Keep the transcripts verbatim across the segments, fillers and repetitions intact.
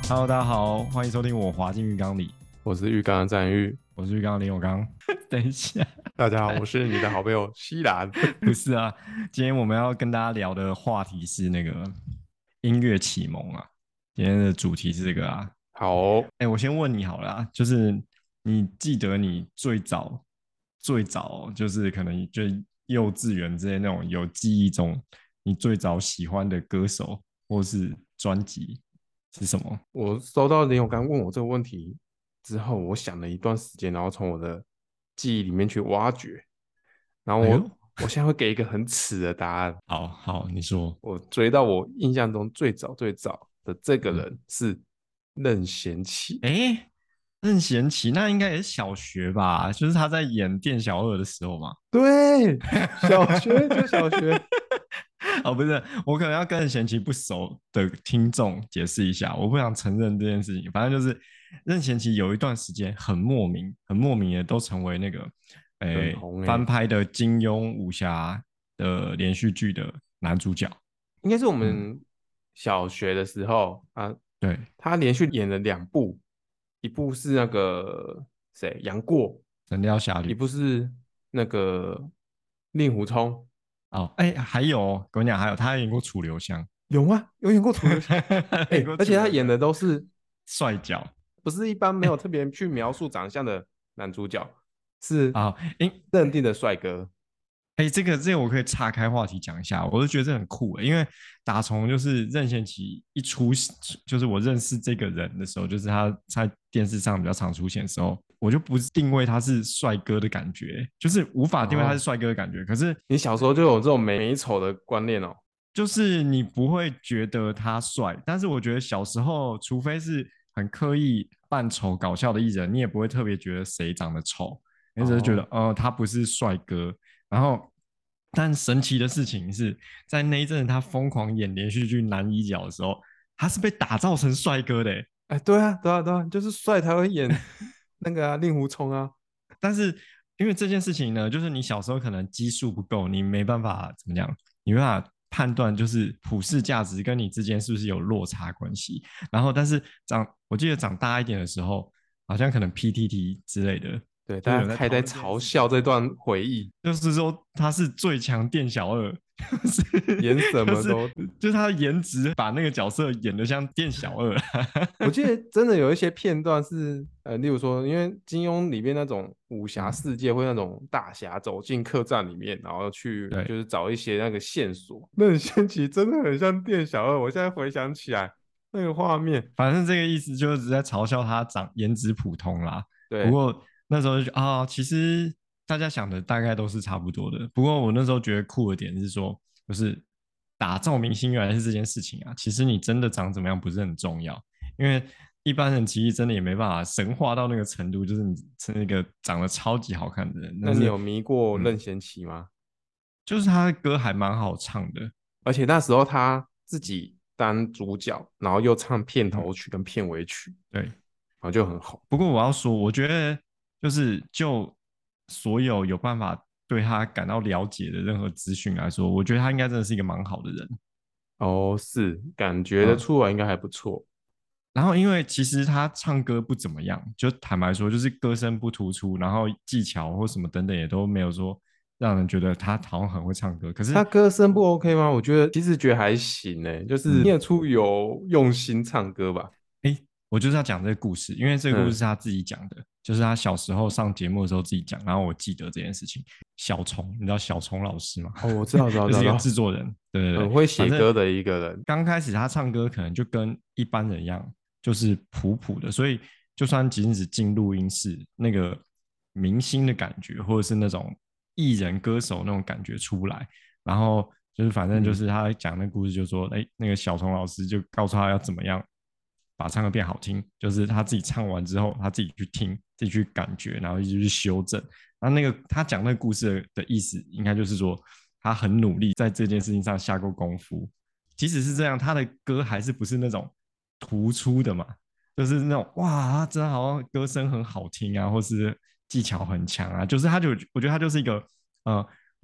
Hello，大家好，欢迎收听我滑进浴缸里， 我是浴缸的赞玉。 我是浴缸的林永刚。等一下， 大家好，我是你的好朋友西兰。 不是啊，今天我们要跟大家聊的话题是那个音乐启蒙啊。今天的主题是这个啊。 好哦。 哎，我先问你好了啊，就是你记得你最早最早就是可能就幼稚园之类那种有记忆中你最早喜欢的歌手或是专辑是什么？ 我收到林永刚问我这个问题之后，我想了一段时间，然后从我的记忆里面去挖掘，然后哎呦， 我我现在会给一个很耻的答案。 好好，你说。 我追到我印象中最早最早的这个嗯。 人是任贤齐。 哎，任贤齐那应该也是小学吧？就是他在演店小二的时候嘛。 对，小学就小学。 哦，不是，我可能要跟任贤齐不熟的听众解释一下，我不想承认这件事情。反正就是任贤齐有一段时间很莫名、很莫名的都成为那个， 很诶， 红诶。 翻拍的金庸武侠的连续剧的男主角。 应该是我嗯， 们小学的时候啊， 对。 他连续演了两部，一部是那个谁杨过， 《神雕侠侣》。 一部是那个令狐冲。 哦，哎，还有哦，跟你讲，还有他还演过楚留香。 有吗？有演过楚留香？ 演哎、 过而且他楚留香， 演的都是帅角。 不是一般没哎， 有特别去描述长相的男主角，是啊，因认定的帅哥。 哎，这个这个我可以岔开话题讲一下，我就觉得这很酷欸，因为打从就是任贤齐一出，就是我认识这个人的时候，就是他在电视上比较常出现的时候，我就不是定位他是帅哥的感觉，就是无法定位他是哦， 帅哥的感觉。可是你小时候就有这种美美丑的观念哦。 就是你不会觉得他帅，但是我觉得小时候，除非是很刻意扮丑搞笑的艺人，你也不会特别觉得谁长得丑，你只是觉得哦， 呃他不是帅哥。然后，但神奇的事情是在那一阵他疯狂演连续剧男一角的时候，他是被打造成帅哥的欸。 哎，对啊，对啊，对啊，就是帅才会演那个啊，令狐冲啊。 但是因为这件事情呢，就是你小时候可能基数不够，你没办法怎么讲，你没办法判断就是普世价值跟你之间是不是有落差关系。然后，但是长我记得长大一点的时候，好像可能 P T T 之类的， 对， 就是大家开在有在讨论这件嘲事情， 笑这段回忆。 就是说他是最强店小二，就是演什就是么都。 就是他的颜值把那个角色演得像店小二。 我记得真的有一些片段是，呃，例如说，因为金庸里面那种武侠嗯， 世界，会那种大侠走进客栈里面，然后去对。 就是找一些那个线索。那很仙奇，真的很像店小二。我现在回想起来那个画面。 反正这个意思就是在嘲笑他长颜值普通啦。不对。 过那时候就啊、其实大家想的大概都是差不多的。不过我那时候觉得酷的点是说，就是打造明星原来是这件事情啊。其实你真的长怎么样不是很重要，因为一般人其实真的也没办法神化到那个程度，就是你是那个长得超级好看的人。但是， 那你有迷过任嗯， 贤齐吗？ 就是他的歌还蛮好唱的。 而且那时候他自己当主角，然后又唱片嗯， 头曲跟片尾曲， 对。 然后就很红。 不过我要说，我觉得就是就所有有办法对他感到了解的任何资讯来说，我觉得他应该真的是一个蛮好的人。 哦，是，感觉得嗯， 出来应该还不错。 然后因为其实他唱歌不怎么样，就坦白说，就是歌声不突出，然后技巧或什么等等也都没有说让人觉得他好像很会唱歌。可是， 他歌声不 OK 吗？我觉得其实觉得还行呢，就是嗯， 念出有用心唱歌吧。 诶，我就是要讲这个故事，因为这个故事是嗯。 他自己讲的，就是他小时候上节目的时候自己讲，然后我记得这件事情。小虫，你知道小虫老师吗？ 哦，我知道，知道， 就是一个知道，知道。 制作人，对对对。 很会反正写歌的一个人。 刚开始他唱歌可能就跟一般人一样，就是普普的，所以就算仅止进录音室，那个明星的感觉，或者是那种艺人歌手那种感觉出来。然后就是反正就嗯。 是他讲那故事，就说，哎，那个小虫老师就告诉他要怎么样把唱歌变好听，就是他自己唱完之后，他自己去听，自己去感觉，然后一直去修正。然后那个他讲那个故事的意思，应该就是说他很努力在这件事情上下过功夫。即使是这样，他的歌还是不是那种突出的嘛，就是那种哇，他真的好像歌声很好听啊，或是技巧很强啊，就是他就我觉得他就是一个呃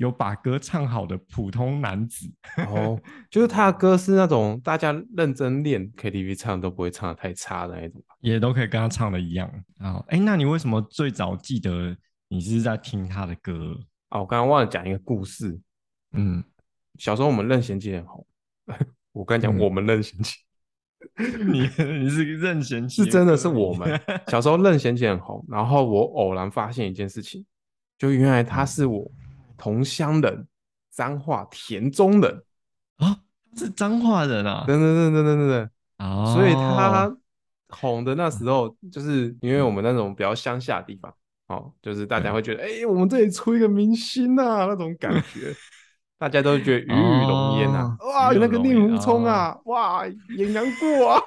有把歌唱好的普通男子。 哦，就是他的歌是那种大家认真练 K T V 唱都不会唱的太差的那一种。 也都可以跟他唱的一样。然后，哎，那你为什么最早记得你是在听他的歌？ 哦，我刚刚忘了讲一个故事。 嗯小时候我们任贤齐很红，我刚讲我嗯， 们任贤齐， 你你是个任贤齐的是真的是歌迷。 我们小时候任贤齐很红，然后我偶然发现一件事情，就原来他嗯是我同乡人，彰化田中人， 啊，是彰化人啊。 等等等等等等等，所以哦， 他红的那时候，就是因为我嗯， 们那种比较乡下的地方，哦，就是大家对， 会觉得，哎、我们这里出一个明星啊，那种感觉，大家都觉得鱼与龙烟啊， 哦， 哇， 与有那个令有容颜狐冲哦。 啊，哇，演杨过啊，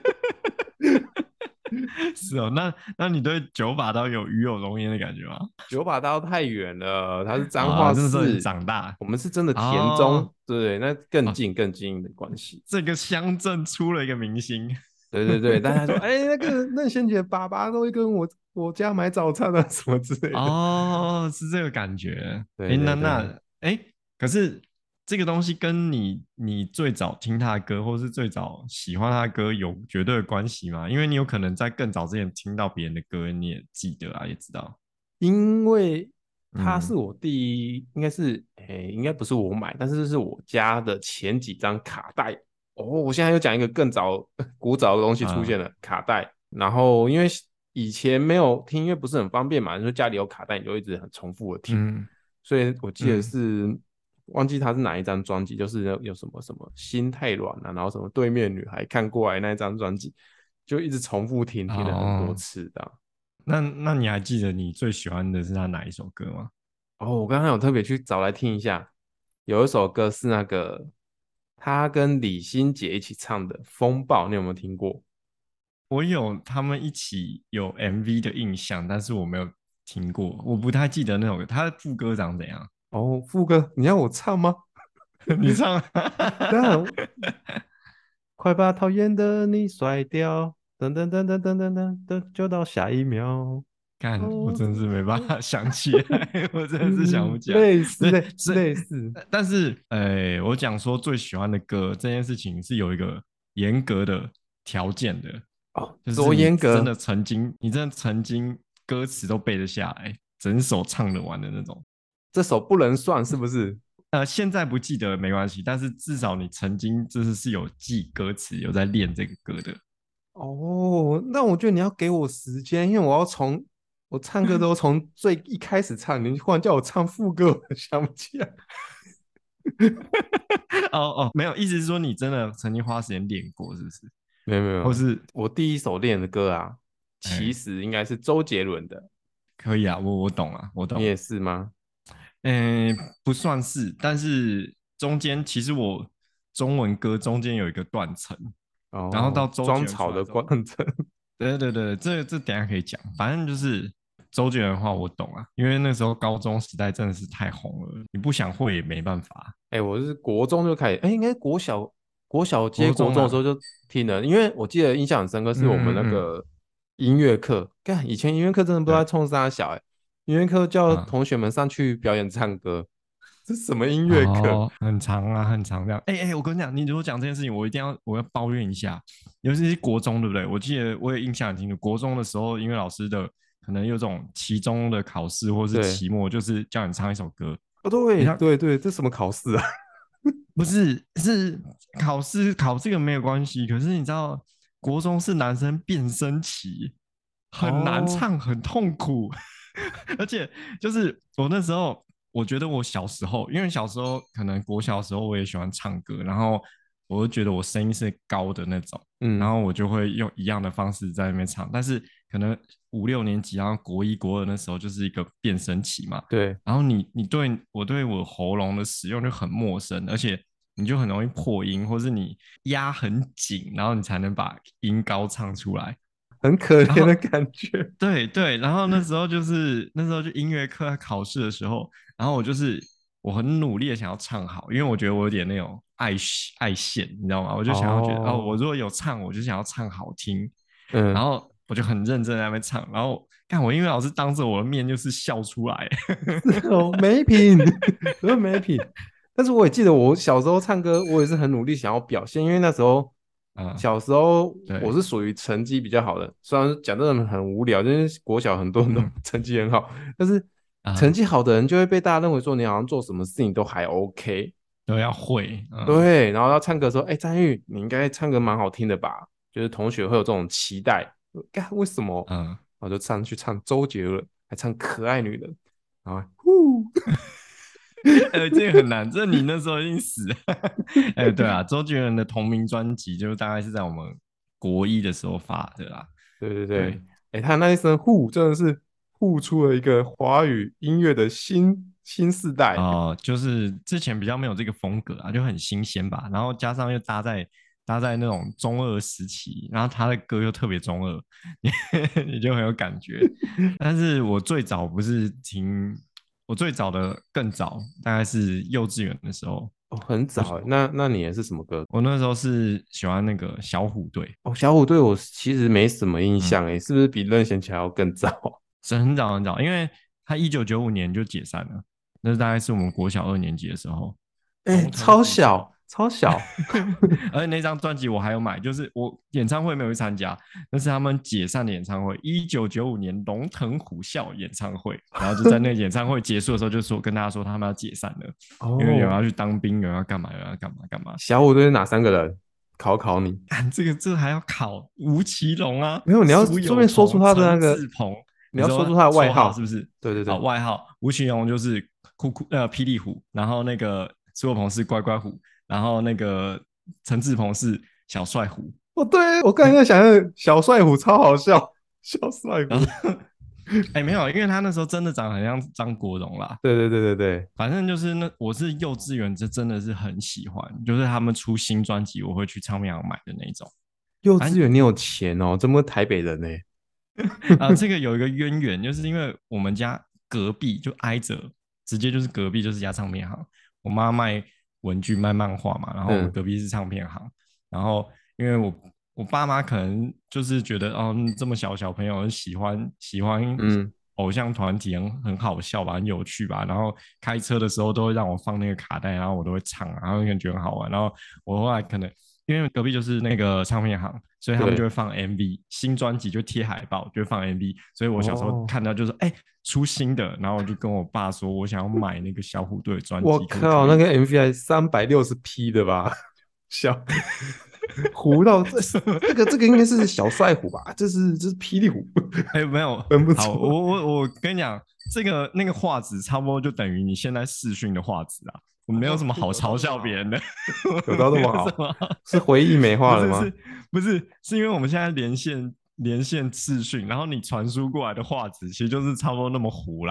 是哦，那那你对九把刀有与有容颜的感觉吗？ 九把刀太远了，他是彰啊， 化那时候你市， 长大。 我们是真的田哦中，对，那更哦， 近更近的关系。 这个乡镇出了一个明星。 对对对，大家说，哎、那个任贤齐的爸爸都会跟我我家买早餐啊，什么之类的。 哦，是这个感觉。哎， 对那对对， 那哎，可是这个东西跟你你最早听他的歌，或是最早喜欢他的歌有绝对的关系吗？因为你有可能在更早之前听到别人的歌，你也记得啊，也知道。 因为他是嗯我第一，应该是，哎、应该不是我买，但是这是我家的前几张卡带。哦，我现在又讲一个更早、古早的东西出啊现了，卡带。然后因为以前没有听音乐不是很方便嘛，你说家里有卡带，你就一直很重复的听。 嗯所以我记得嗯， 是忘记他是哪一张专辑，就是有什么什么心太软啊，然后什么对面女孩看过来那一张专辑，就一直重复听，听了很多哦， 次的。 那那你还记得你最喜欢的是他哪一首歌吗？ 哦，我刚刚有特别去找来听一下，有一首歌是那个他跟李心洁一起唱的《风暴》，你有没有听过？ 我有他们一起有 M V 的印象，但是我没有听过，我不太记得那首歌，他的副歌长怎样？ 哦，副歌，你要我唱吗？ 你唱。 当然，快把讨厌的你甩掉，噔噔噔噔噔噔噔噔，就到下一秒。 看，我哦， 真是没办法想起来，我真的是想不嗯， 起来。对， 类似类所以， 类似但是，呃，我讲说最喜欢的歌这件事情是有一个严格的条件的， 哦， 就是多你真的严格曾经，你真的曾经歌词都背得下来，整首唱得完的那种。 这首不能算是不是？ 呃，现在不记得没关系，但是至少你曾经就是是有记歌词，有在练这个歌的。 哦，那我觉得你要给我时间，因为我要从我唱歌都从最一开始唱，你忽然叫我唱副歌，我想不起来。 哦哦，没有，意思是说你真的曾经花时间练过，是不是？ 没有没有， 或是， 我第一首练的歌啊，其哎， 实应该是周杰伦的， 可以啊，我我懂啊，我懂。 你也是吗？ 嗯，不算是，但是中间其实我中文歌中间有一个断层，然后到哦， 周杰伦出装草的来之后， 过程， 对对对，这这等一下可以讲。反正就是周杰伦的话我懂啊，因为那时候高中时代真的是太红了，你不想会也没办法。 哎，我是国中就开始，哎，应该国小国小接国中啊， 国中的时候就听了，因为我记得印象很深刻， 嗯是我们那嗯嗯， 个音乐课，看以前音乐课真的不知道在对冲啥小，哎，音乐课叫啊。 同学们上去表演唱歌，这是什么音乐课？ 哦，很长啊，很长这样。哎哎，我跟你讲，你如果讲这件事情，我一定要我要抱怨一下，尤其是国中，对不对？我记得我也印象很清楚，国中的时候，音乐老师的可能有这种期中的考试或是对， 期末，就是叫你唱一首歌。 哦对你看， 对对，这什么考试啊？ 不是是考试考这个没有关系，可是你知道，国中是男生变声期，很难哦唱，很痛苦。而且就是我那时候，我觉得我小时候，因为小时候可能国小的时候我也喜欢唱歌，然后我就觉得我声音是高的那种，然嗯， 后我就会用一样的方式在那边唱。但是可能五六年级，然后国一、国二那时候就是一个变声期嘛， 对， 然后你你对我对我喉咙的使用就很陌生，而且你就很容易破音，或是你压很紧，然后你才能把音高唱出来。 很可然后怜的感觉。 对对，然后那时候就是那时候就音乐课在考试的时候，然后我就是我很努力的想要唱好，因为我觉得我有点那种爱爱现，你知道吗？我就想要觉得哦，我哦， 如果有唱，我就想要唱好听。然嗯， 后我就很认真在那边唱，然后看我音乐老师当着我的面就是笑出来。 是哦，没品，真的没品。但是我也记得我小时候唱歌，我也是很努力想要表现，因为那时候嗯， 小时候我对， 是属于成绩比较好的，虽然讲真的很无聊，就是国小很多人都嗯成绩很好，但是成啊， 绩好的人就会被大家认为说你好像做什么事情都还 OK。 都要会，嗯对，然后要唱歌说，哎，张玉，你应该唱歌蛮好听的吧？就是同学会有这种期待，干为什么？ 嗯。 我就唱去唱周杰伦，还唱可爱女人，然后呼， 呃，这个很难，这你那时候已经死了。哎，对啊，周杰伦的同名专辑就大概是在我们国一的时候发的啦。 对对对， 对， 哎，他那一声呼真的是呼出了一个华语音乐的新新世代。 哦、就是之前比较没有这个风格啊，就很新鲜吧。然后加上又搭在搭在那种中二时期，然后他的歌又特别中二，你你就很有感觉。但是我最早不是听，我最早的更早，大概是幼稚园的时候， 哦，很我早诶，那那你也是什么歌？ 我那时候是喜欢那个小虎队。 哦，小虎队我其实没什么印嗯。 象诶，是不是比任贤齐还要更早？ 是很早很早，因为他一九九五年就解散了，那大概是我们国小二年级的时候， 哎， 龙腾超虎校。 小超小。 而且那张专辑我还有买，就是我演唱会没有去参加，那是他们解散的演唱会，一九九五年龙腾虎校演唱会，然后就在那个演唱会结束的时候就说跟大家说他们要解散了，因为有人哦， 要去当兵，有人要干嘛，有人要干嘛干嘛。 小虎队是哪三个人？考考你。 啊，这个这个还要考吴奇隆啊， 没有，你要苏顺便说出有朋、陈他的那个， 志朋。你说你要说出他的外绰号是号。 不是？好， 对对对。 外号吴奇隆就是酷酷呃霹雳虎，然后那个苏有朋是乖乖虎，然后那个陈志朋是小帅虎。 哦，对，我刚才在想那个小帅虎超好笑，小帅虎。 然后哎没有，因为他那时候真的长得很像张国荣啦。 对对对对对， 反正就是那我是幼稚园，这真的是很喜欢，就是他们出新专辑我会去唱片行买的那种。 幼反正稚园你有钱哦，怎么台北人呢？ 啊、这个有一个渊源，就是因为我们家隔壁就挨着，直接就是隔壁就是家唱片行。我妈卖文具卖漫画嘛，然后我们嗯隔壁是唱片行。然后因为我我爸妈可能就是觉得哦，这么小小朋友喜欢喜欢嗯， 偶像团体很很好笑吧，很有趣吧。然后开车的时候都会让我放那个卡带，然后我都会唱，然后感觉很好玩。然后我后来可能因为隔壁就是那个唱片行，所以他们就对， 会放 M V，新专辑就贴海报，就会放 M V。所以我小时候哦， 看到就是哎、欸出新的，然后我就跟我爸说，我想要买那个小虎队的专辑，可不我靠， 可以？ 那个 M V 还三百六十 P 的吧？小虎到这这个这个应该是小帅虎吧？这是这是霹雳虎。 哎、欸没有，好， 分不出。 我我我跟你讲，这个那个画质差不多就等于你现在视讯的画质啊，我没有什么好有到嘲这么好， 笑别人的， 有到这没有么好， 什么好， 是回忆美化了吗？ 不是是，不是是因为我们现在连线连线视讯，然后你传输过来的画质其实就是差不多那么糊啦。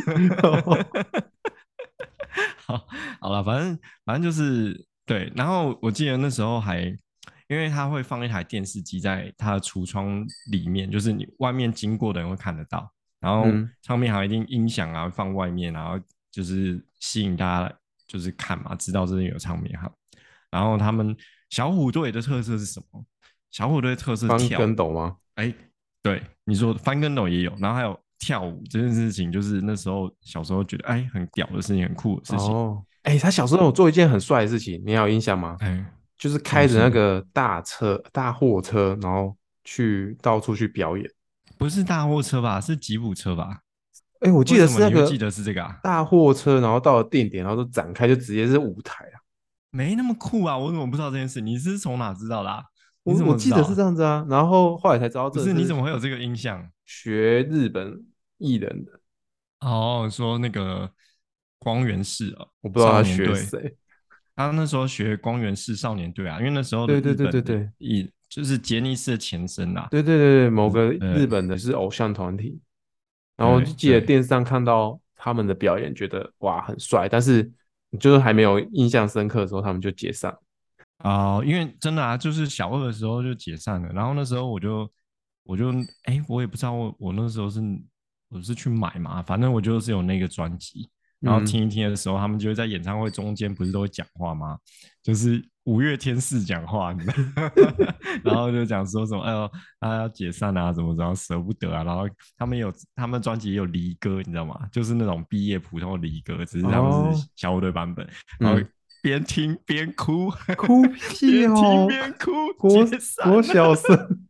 好，好了，反正反正就是对。然后我记得那时候还，因为他会放一台电视机在他的橱窗里面，就是你外面经过的人会看得到。然后嗯， 唱片行一定音响啊放外面，然后就是吸引大家就是看嘛，知道这里有唱片行。然后他们小虎队的特色是什么？小虎队的特色是翻跳舞。 跟斗吗？ 哎，对，你说翻跟斗也有，然后还有跳舞这件事情，就是那时候小时候觉得哎很屌的事情，很酷的事情。 哦，哎，他小时候有做一件很帅的事情，你还有印象吗？ 哎， 就是什么事？ 开着那个大车、大货车，然后去到处去表演。 不是大货车吧？是吉普车吧？ 哎，我记得为什么是那个你会记得是这个啊？ 大货车，然后到了定点，然后就展开，就直接是舞台啊。 没那么酷啊！我怎么不知道这件事？你是从哪知道的啊？你我怎我记得是这么知道？ 样子啊，然后后来才知道不是，你这是怎么会有这个印象？ 学日本艺人的， 哦，说那个光源氏哦， 我不知道少他年队， 学谁。 他那时候学光源氏少年队啊，因为那时候的对对日本的对对对艺就是杰尼斯的前身啦、 对对对对，某个日呃， 本的是偶像团体，然后就记得对对电视上看到他们的表演，觉得哇很帅，但是就是还没有印象深刻的时候，他们就解散。 啊、呃因为真的啊，就是小二的时候就解散了，然后那时候我就我就哎，我也不知道我我那时候是我是去买嘛，反正我就是有那个专辑， 然后嗯， 听一听的时候，他们就会在演唱会中间不是都会讲话吗？就是五月天式讲话，你知道然后就讲说什么，哎呦，他要解散啊，怎么着，舍不得啊。然后他们有他们专辑也有离歌，你知道吗？就是那种毕业普通的离歌，只是他们是哦， 小虎队版本。然后嗯， 边听边哭， 哭屁边听哦， 边哭，解国散国小了。 生，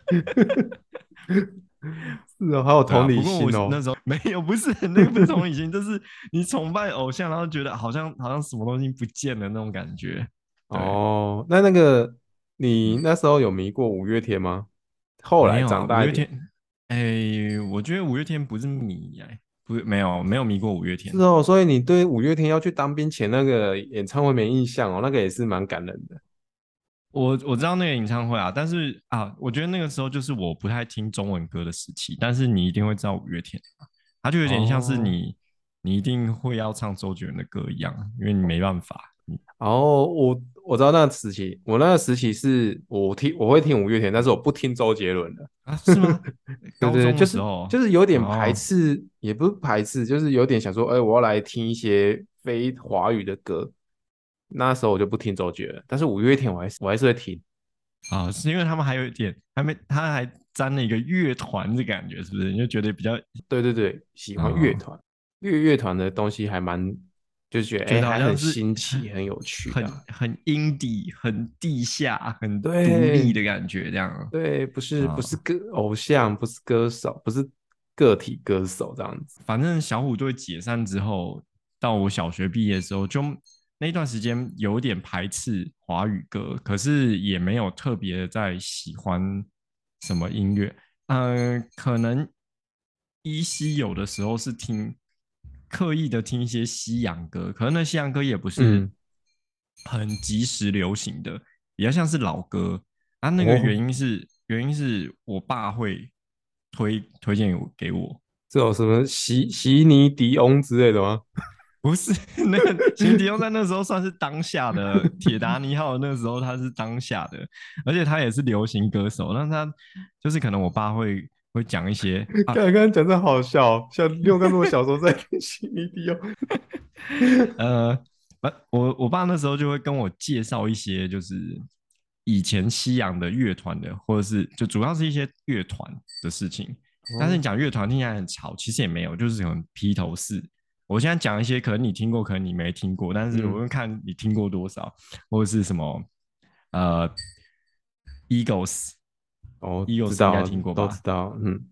是哦，好有对啊， 同理不过我心哦。 那时候没有，不是那个不是同理心，就是你崇拜偶像，然后觉得好像好像什么东西不见了那种感觉。对， 哦，那那个你嗯， 那时候有迷过五月天吗？后来没有啊， 长大一点， 五月天，哎，我觉得五月天不是迷哎，不没有没有迷过五月天。 是哦，所以你对五月天要去当兵前那个演唱会没印象哦，那个也是蛮感人的。 我我知道那个演唱会啊，但是啊，我觉得那个时候就是我不太听中文歌的时期，但是你一定会知道五月天啊，它就有点像是哦， 你你一定会要唱周杰伦的歌一样，因为你没办法。你然后我我知道那个时期，我那个时期是我听我会听五月天，但是我不听周杰伦的。 啊，是吗？ 对对， 高中的就是时候， 就是有点排哦斥，也不是排斥，就是有点想说，哎，我要来听一些非华语的歌。那时候我就不听周杰伦，但是五月天我还是我还是会听。 啊，是因为他们还有一点还没，他还沾了一个乐团的感觉，是不是？你就觉得比较对对对，喜欢乐啊， 团，乐乐团的东西还蛮，就是觉得哎， 觉得好还很像是新奇，很有趣这很样。 很 indie、很地下、很独立对的感觉，这样对，不是不是啊。 歌偶像，不是歌手，不是个体歌手这样子。 反正小虎队解散之后，到我小学毕业的时候，就那段时间有点排斥华语歌，可是也没有特别在喜欢什么音乐。嗯、呃，可能依稀有的时候是听刻意的听一些西洋歌，可能那西洋歌也不是嗯， 很及时流行的，比较像是老歌。啊，那个原哦， 因是原因是我爸会推推荐给我， 这种什么席席尼迪翁之类的吗？ 不是那个辛迪翁在那时候算是当下的铁达尼号，那时候他是当下的，而且他也是流行歌手。那他就是可能我爸会会讲一些啊， 刚才刚刚讲这好笑哦，像六跟我小时候在听席尼迪翁。 呃，我我爸那时候就会跟我介绍一些就是以前西洋的乐团的，或者是就主要是一些乐团的事情。但是哦， 你讲乐团听起来很潮，其实也没有，就是可能披头士。我现在讲一些可能你听过，可能你没听过，但是我嗯， 会看你听过多少，或者是什么呃，Eagles，Eagles 哦，知应该道， 听过吧都知道，嗯，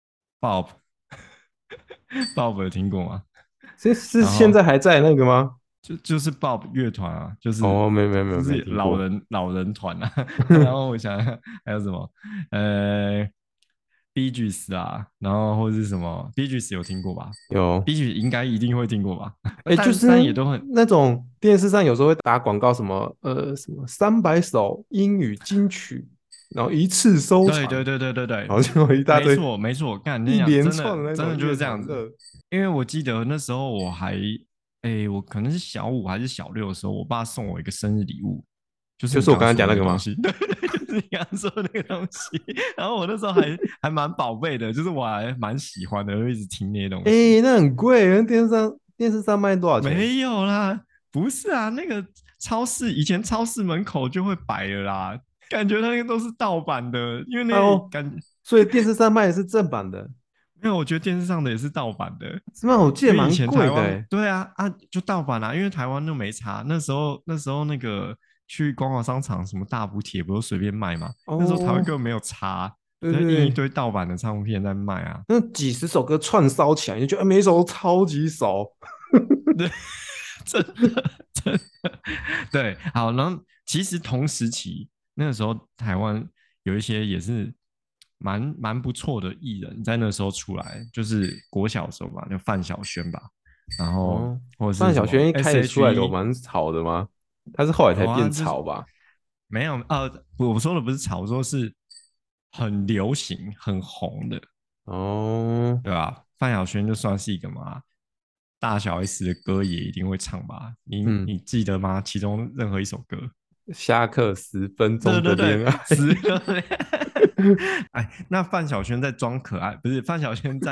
？Bob，Bob 有听过吗？ 这是然后现在还在那个吗？ 就就是 Bob 乐团啊，就是哦，没没没没就是听过。 老人老人团啊。然后我想想还有什么，呃，Bee Gees 啊，然后或者是什么 Bee Gees 有听过吧有， ？Bee Gees 应该一定会听过吧？ 哎，就但是但也都很那种电视上有时候会打广告，什么呃什么三百首英语金曲，然后一次收藏， 对对对对对对， 然后就有一大没堆错没错。干，你一讲连串真的真的就的那种乐是这样子。 团的。 因为我记得那时候我还，哎，我可能是小五还是小六的时候，我爸送我一个生日礼物，就是就是我刚刚你刚刚说讲那个吗？ 的那个东西。对对，就是你刚刚说的那个东西。然后我那时候还还蛮宝贝的，就是我还蛮喜欢的，就一直听那些东西。 哎，那很贵，那电视上电视上卖多少钱？ 没有啦，不是啊，那个超市以前超市门口就会摆了啦，感觉那个都是盗版的，因为那哦， 感所以电视上卖的是正版的， 没有，我觉得电视上的也是盗版的， 是吗？我记得因为以蛮前台湾贵的哎。 对啊啊就盗版啊，因为台湾都没差，那时候那时候那个去光华商场什么大补帖不都随便卖嘛，那时候台湾根哦， 本没有差， 对对就印一对， 堆盗版的唱片在卖啊。 那几十首歌串烧起来，你就觉得哎每一首都超级熟。 对，真的真的对，好，然后其实同时期那个时候台湾有一些也是蛮蛮不错的艺人，在那时候出来，就是国小的时候吧，就范晓萱吧，然后哦， 或者是什么范晓萱一开始出来的我 S H E， 蛮吵的吗？他是后来才有啊， 变就是吵吧？ 没有呃，我说的不是潮，我说是很流行、很红的， 哦， 对吧？范晓萱就算是一个嘛，大小 S 的歌也一定会唱吧？你嗯， 你记得吗？其中任何一首歌？ 下课十分钟的对对对， 恋爱。 十个。哎，那范晓萱在装可爱，不是范晓萱在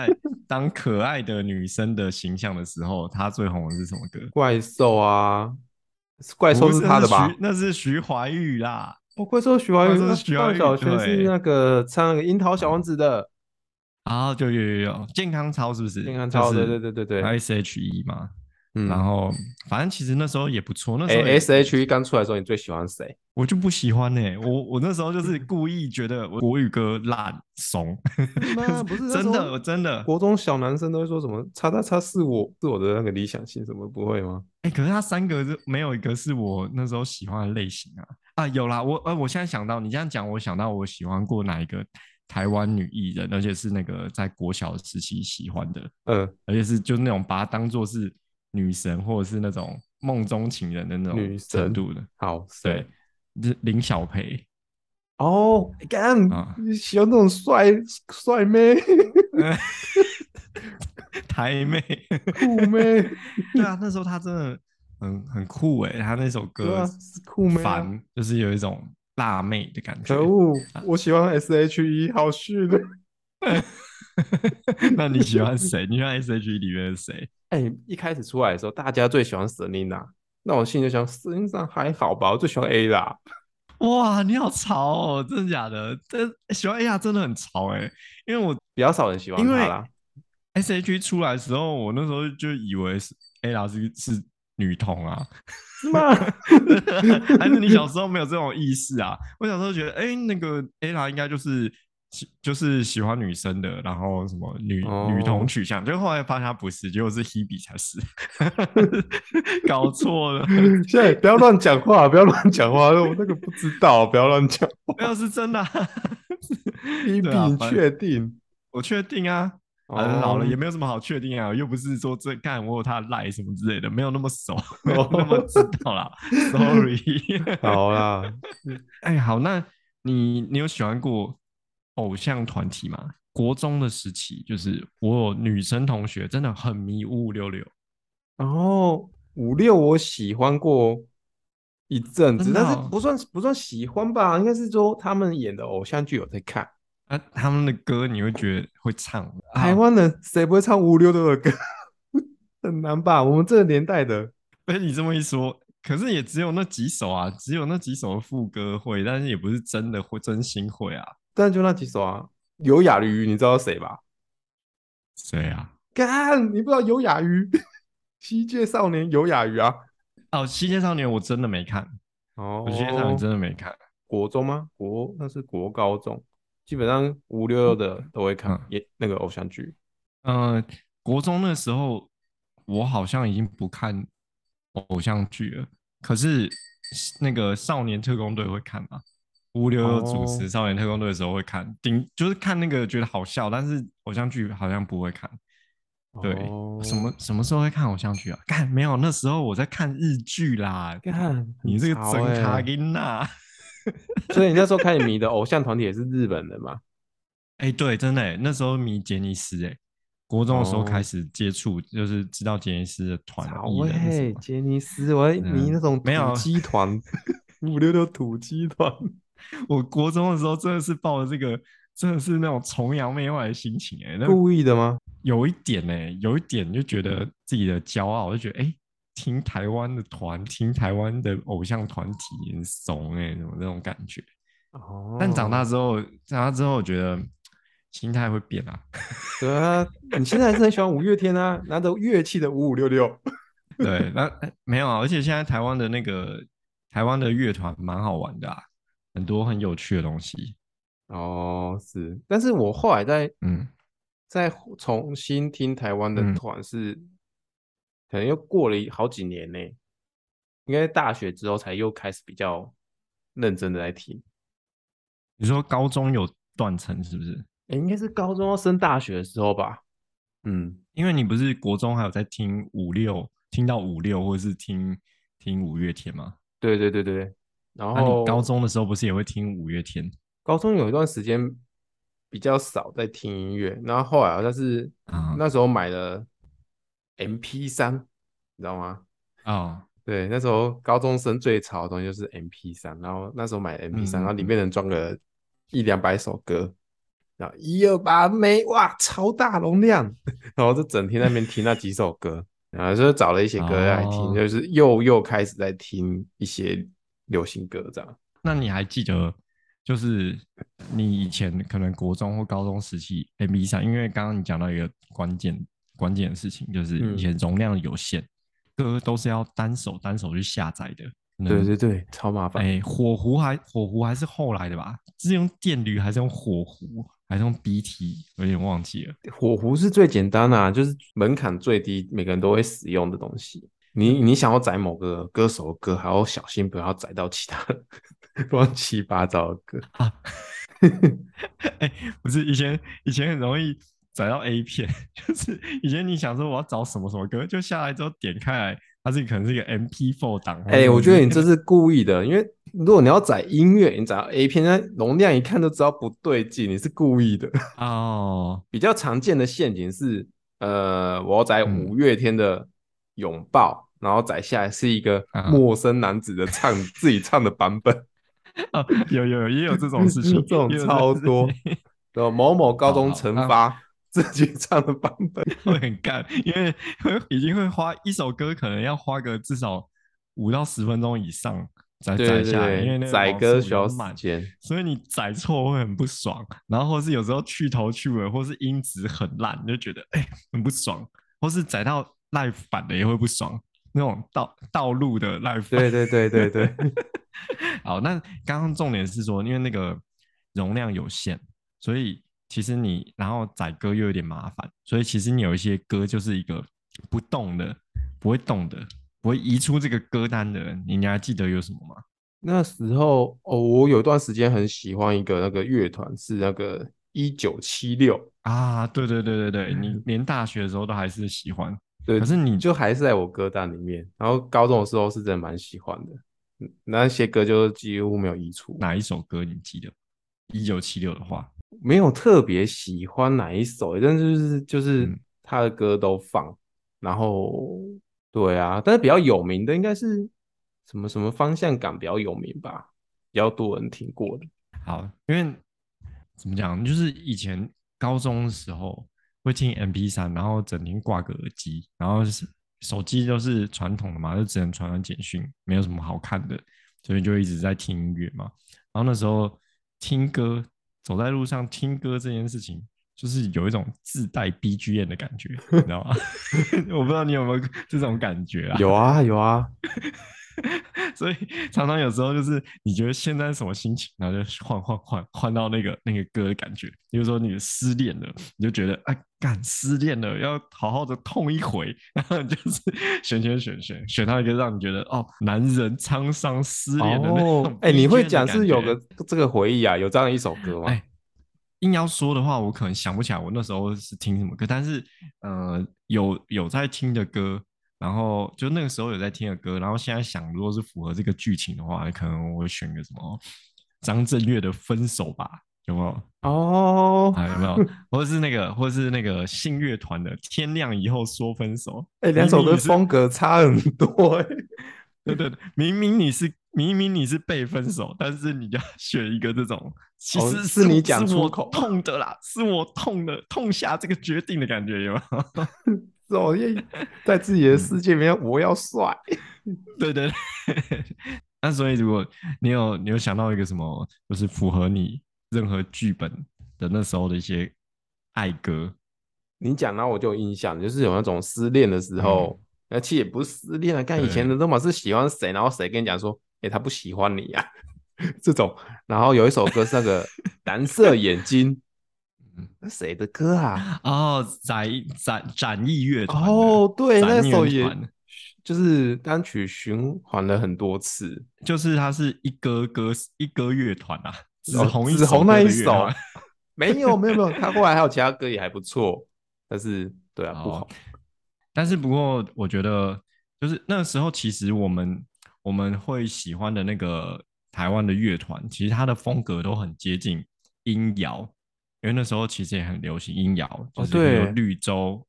当可爱的女生的形象的时候，她最红的是什么歌？ 怪兽啊，怪兽是不是，那是徐他的吧？ 那是徐怀钰啦， 哦，怪兽徐怀钰， 怪兽是那范徐怀钰， 晓萱是对。 那个唱那个樱桃小丸子的然后就有有有健康操是不是？ 健康操，对就是对对对对， S H E 嘛。然嗯， 后反正其实那时候也不错，那时哎候也 ，S H E 刚出来的时候，你最喜欢谁？ 我就不喜欢呢、欸我我那时候就是故意觉得我国语歌烂怂， 是吗？不是那时候真的我真的国中小男生都会说什么“叉叉叉是我是我的那个理想型”，什么不会吗？ 哎、欸可是他三个是没有一个是我那时候喜欢的类型啊啊有啦，我呃我现在想到你这样讲，我想到我喜欢过哪一个台湾女艺人，而且是那个在国小时期喜欢的， 嗯， 而且是就那种把她当做是女神或者是那种梦中情人的那种女神， 程度的。 好对， 谁？ 是林小培哦，干， 啊， 你喜欢那种帅帅妹、 呃台妹， 酷妹， 对啊，那时候她真的很很酷诶，她那首歌对啊，是酷妹啊！ 烦，就是有一种辣妹的感觉可恶， 啊。 我喜欢 S H E，好虚的。 那你喜欢谁？你喜欢 S H E 里面的谁？ 哎，一开始出来的时候，大家最喜欢 Selina，那我心里就想，Selina 还好吧，我最喜欢 A 啦。 哇，你好潮哦！真的假的？这喜欢 A 呀，真的很潮哎。因为我比较少人喜欢因为她啦。 S H E 出来的时候，我那时候就以为是 ella 是是女同啊， 是吗？ 还是你小时候没有这种意识啊？我小时候觉得，哎，那个 ella 应该就是喜就是喜欢女生的，然后什么女女同哦， 取向，就后来发现她不是，结果是 Hebe 才是，搞错了。 现在不要乱讲话，不要乱讲话，我那个不知道，不要乱讲话。 没有是真的、啊， 一对啊， 比反正确定我确定啊，反正老了哦也没有什么好确定啊，又不是说这干我有他的赖什么之类的，没有那么熟，没有那么哦， 知道啦，sorry。 好啦， 哎，好，那你你有喜欢过偶像团体吗？国中的时期，就是我有女生同学真的很迷五五六六， 然后五六我喜欢过一阵子，但是真的哦。 不算不算喜欢吧，应该是说他们演的偶像剧有在看。 啊，他们的歌你会觉得会唱啊？ 台湾人谁不会唱五六六的歌？很难吧？我们这个年代的， 被你这么一说，可是也只有那几首啊，只有那几首的副歌会，但是也不是真的会真心会啊。 但就那几首啊，有雅鱼，你知道谁吧？ 谁啊？ 干，你不知道有雅鱼？西界少年有雅鱼啊！ 哦，《西街少年》我真的没看，我《西街少年》 哦， 真的没看。 国中吗？国那是国高中，基本上五六六的都会看， 嗯也那个偶像剧。 嗯、呃国中那时候我好像已经不看偶像剧了，可是那个《少年特工队》会看嘛？五六六主持哦 《少年特工队》的时候会看，顶就是看那个觉得好笑，但是偶像剧好像不会看。对，什哦， 么什么时候会看偶像剧啊？看没有，那时候我在看日剧啦。 干很你这个潮哎、 真卡欸， 音呐！ 所以你那时候开始迷的偶像团体也是日本人嘛？ 哎，对，真的欸，那时候迷杰尼斯哎，国中的时候开哦， 始接触，就是知道杰尼斯的团潮艺人什哎、 么。 杰尼斯，我还迷那嗯， 种土没有， 鸡团，五六六土鸡团。 我国中的时候真的是抱着这个，真的是那种崇洋媚外的心情哎，那故意的吗？ 有一点呢，有一点就觉得自己的骄傲，就觉得哎，听台湾的团，听台湾的偶像团体很怂哎，什么那种感觉。但长大哦， 之后，长大之后，我觉得心态会变啊。 对啊，你现在还是很喜欢五月天啊，拿着乐器的五五六六。 对，那哎没有啊，而且现在台湾的那个台湾的乐团蛮好玩的啊，很多很有趣的东西。 哦，是，但是我后来在嗯再重新听台湾的嗯， 团是，可能又过了好几年呢，应该大学之后才又开始比较认真的在听。 你说高中有断层是不是？ 诶，应该是高中要升大学的时候吧。嗯， 因为你不是国中还有在听五六，听到五六或者是听听五月天吗？ 对对对对。然那、你高后中的时候不是也会听五月天高中有一段时间比较少在听音乐，然后后来好像是啊？ 那时候买了 M P 三，你知道吗？ 哦， 对，那时候高中生最潮的东西就是 M P 三，然后那时候买 M P 三，然后里嗯嗯嗯， 面能装个一两百首歌， 然后一二八没哇，超大容量，然后就整天在那边听那几首歌，然后就找了一些歌来听， 哦， 就是又又开始在听一些流行歌这样。 那你还记得，就是你以前可能国中或高中时期 M P 三，因为刚刚你讲到一个关键关键的事情，就是以嗯， 前容量有限，歌都是要单手单手去下载的，可能对对对，超麻烦。 哎火狐还火狐还是后来的吧？是用电驴还是用火狐还是用 B T？有点忘记了。 火狐是最简单的啊，就是门槛最低，每个人都会使用的东西。你你想要载某个歌手的歌，还要小心不要载到其他乱七八糟的歌。 啊，哎，不是以前以前很容易载到 A 片，就是以前你想说我要找什么什么歌，就下来之后点开来，它是可能是一个 M P 四 档或者哎、 什么之类的。 我觉得你这是故意的，因为如果你要载音乐，你载到 A 片，那容量一看就知道不对劲，你是故意的。 哦， 比较常见的陷阱是，呃，我要载嗯五月天的《拥抱》，然后载下来是一个啊陌生男子的唱自己唱的版本。 哦，有有有也有这种事情， 这种也有这种事情。 超多，然后某某高中好好啊， 惩罚自己唱的版本。 会很干，因为会已经会花一首歌，可能要花个至少五到十分钟以上才对载下来，因对对， 为那个载网速歌需要时比较慢， 间。 所以你载错会很不爽，然后或是有时候去头去尾，或是音质很烂，你就觉得哎、欸很不爽，或是载到 live 版的也会不爽，那种道道路的 live 版。 对对对对对， 好，那刚刚重点是说，因为那个容量有限，所以其实你然后载歌又有点麻烦，所以其实你有一些歌就是一个不动的、不会动的、不会移出这个歌单的人，你还记得有什么吗？ 那时候哦，我有段时间很喜欢一个那个乐团，是那个一九七六。 啊，对对对对对，你连大学的时候都还是喜欢， 对， 可是你就还是在我歌单里面。然后高中的时候是真的蛮喜欢的，嗯那些歌就几乎没有移除。 哪一首歌你记得？一九七六的话， 没有特别喜欢哪一首，但是就是就是嗯， 他的歌都放，然后对啊，但是比较有名的应该是什么什么方向感比较有名吧，比较多人听过的。 好，因为怎么讲，就是以前高中的时候会听 M P 三，然后整天挂个耳机，然后是手机都是传统的嘛，就只能传传简讯，没有什么好看的，所以就一直在听音乐嘛。然后那时候听歌，走在路上听歌这件事情，就是有一种自带 B G M 的感觉，你知道吗？我不知道你有没有这种感觉啊？ 有啊有啊， 所以常常有时候就是你觉得现在什么心情，然后就换换换换到那个那个歌的感觉。比如说你失恋了，你就觉得哎，干失恋了，要好好的痛一回，然后你就是选选选选选到一个让你觉得哦，男人沧桑失恋的那哦， 种哎，你会 B G M 的讲是有个感觉。 这个回忆啊，有这样一首歌吗？ 哎，硬要说的话，我可能想不起来我那时候是听什么歌，但是呃，有有在听的歌，然后就那个时候有在听的歌，然后现在想，如果是符合这个剧情的话，可能我会选个什么张震岳的《分手》吧，有没有？ 哦， 啊，有没有？或者是那个，或者是那个信乐团的《天亮以后说分手》， 哎，两首歌明明你是风格差很多哎。 对对对，明明你是明明你是被分手，但是你要选一个这种，其哦， 实是是你是我讲出口。 痛的啦，是我痛的，痛下这个决定的感觉，有没有？ 哦，因为在自己的嗯， 世界里面，我要帅。 对对对。那所以如果你有你有想到一个什么，就是符合你任何剧本的那时候的一些爱歌， 你讲到我就有印象，就是有那种失恋的时嗯， 候，那其实也不是失恋了，看以前的对， 都嘛是喜欢谁，然后谁跟你讲说，哎、他不喜欢你呀、啊，这种。然后有一首歌是那个蓝色眼睛， 嗯， 那谁的歌啊？ 哦，展展展艺乐团的哦，对，那展首也乐团， 就是单曲循环了很多次。 就是它是一歌歌一歌乐团啊，只哦， 红一首紫红那一歌的乐团。 首没有没有没有，他后来还有其他歌也还不错，但是对啊，不哦， 红。 但是不过我觉得，就是那时候其实我们我们会喜欢的那个台湾的乐团，其实它的风格都很接近音摇，因为那时候其实也很流行音摇，就哦， 是比如说对， 绿洲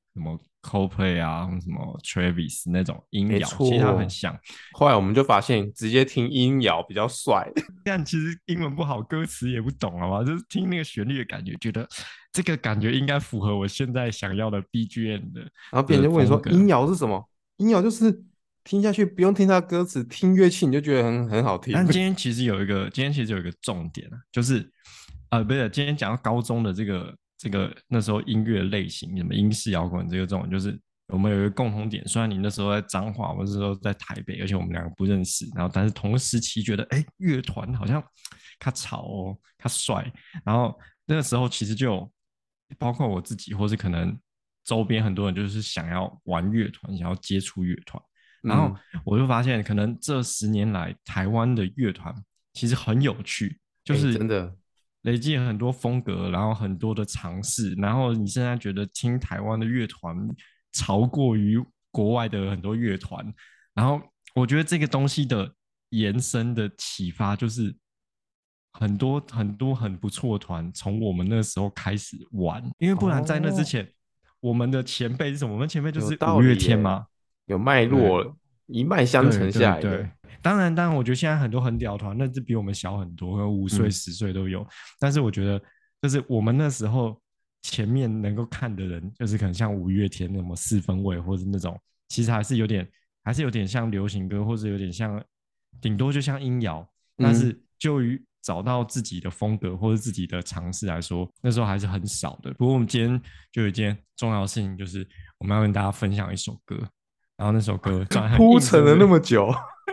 什么 Coldplay 啊，什么 Travis 那种音没摇，其实它很错。 像。 后来我们就发现，直接听音摇比较帅。 但其实英文不好，歌词也不懂，好吗？就是听那个旋律的感觉，觉得这个感觉应该符合我现在想要的 B G M 的然后别人的就问你说， 风格。 音摇是什么？音摇就是听下去不用听它歌词，听乐器你就觉得很很好听。 但今天其实有一个，今天其实有一个重点啊，就是呃，不是，今天讲到高中的这个这个那时候音乐类型，什么英式摇滚这个这种，就是我们有一个共同点。虽然你那时候在彰化，我那时候在台北，而且我们两个不认识，然后但是同时期觉得，哎，乐团好像他潮哦，他帅。然后那个时候其实就有包括我自己，或是可能周边很多人就是想要玩乐团，想要接触乐团。然后嗯， 我就发现，可能这十年来台湾的乐团其实很有趣，就哎、 是真的， 累积了很多风格，然后很多的尝试，然后你现在觉得听台湾的乐团超过于国外的很多乐团，然后我觉得这个东西的延伸的启发就是很多很多很不错的团从我们那时候开始玩，因为不然在那之哦， 前，我们的前辈是什么？我们前辈就有是五月道理耶， 天嘛。 有脉对络，一脉相对承下来的。 对对，当然当然，我觉得现在很多很屌团，那是比我们小很多，五岁嗯十岁都有。但是我觉得，就是我们那时候前面能够看的人，就是可能像五月天那么四分卫，或者那种，其实还是有点，还是有点像流行歌，或者有点像，顶多就像音摇。但嗯， 是就于找到自己的风格或者自己的尝试来说，那时候还是很少的。不过我们今天就有一件重要的事情，就是我们要跟大家分享一首歌。然后那首歌转很硬，是铺陈了那不是？ 么久。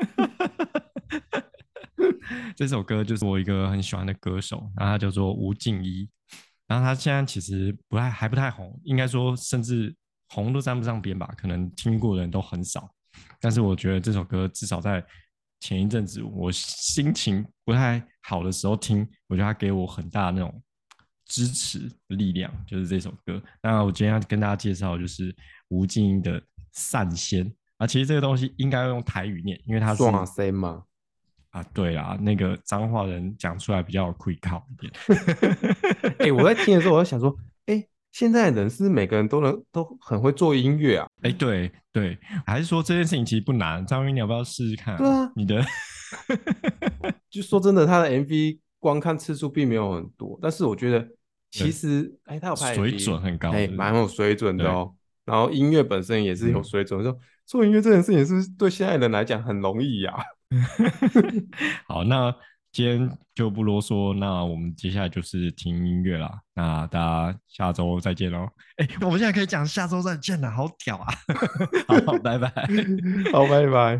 这首歌就是我一个很喜欢的歌手，然后他叫做吴静一。然后他现在其实不太还不太红，应该说甚至红都沾不上边吧，可能听过的人都很少。但是我觉得这首歌至少在前一阵子我心情不太好的时候听，我觉得他给我很大的那种支持力量，就是这首歌。那我今天要跟大家介绍的就是吴静一的《散仙》啊，其实这个东西应该要用台语念，因为它是爽塞嘛？ 啊，对啦，那个彰化人讲出来比较会靠一点。 哎、我在听的时候，我在想说，哎、现在的人是不是每个人都能都很会做音乐啊？ 哎，对对，还是说这件事情其实不难？张云，你要不要试试看啊？ 对啊， 你的就说真的，他的 M V 观看次数并没有很多，但是我觉得其对实，哎、他有拍水准 M V，哎、 很高的， 蛮有水准的对， 哦。然后音乐本身也是有嗯， 水准，说做音乐这件事情是不是对现在人来讲很容易呀、 好，那今天就不啰嗦，那我们接下来就是听音乐啦。那大家下周再见喽！哎，我们现在可以讲下周再见了，好屌啊！好，拜拜。 好，拜拜。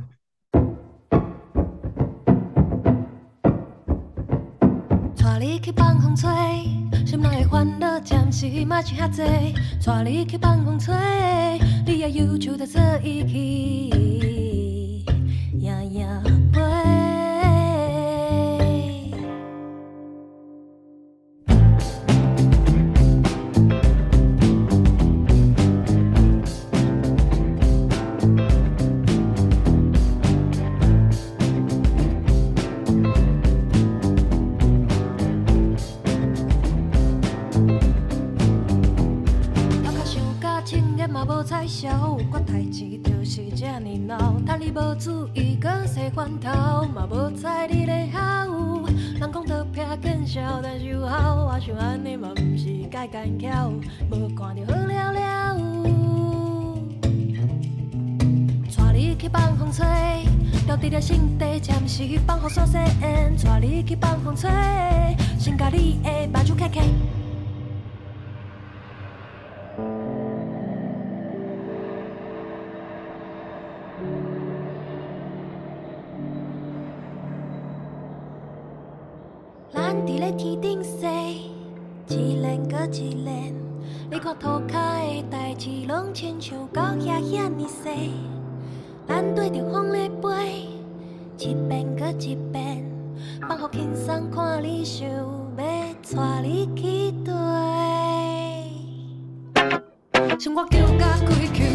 带你去放风吹，心内的烦恼暂时莫是遐济。带你去放风吹，你的忧愁就做伊去，夜夜飞。嘛无彩消，我代志就是这呢闹，趁你无注意，搁生烦头，嘛无知你咧好。人讲刀劈见笑，但是有效，我想安尼嘛毋是介干巧，无看着好了了。带你去放风吹，落伫了心底，暂时放雨伞洗烟。带你去放风吹，先甲你的目睭开开。咱伫咧天顶飞，一年搁一年。你看涂骹的代志，拢亲像到遐遐尼细。咱对着风咧飞，一遍搁一遍。放予轻松看你想要带你去佗。生活叫甲开口。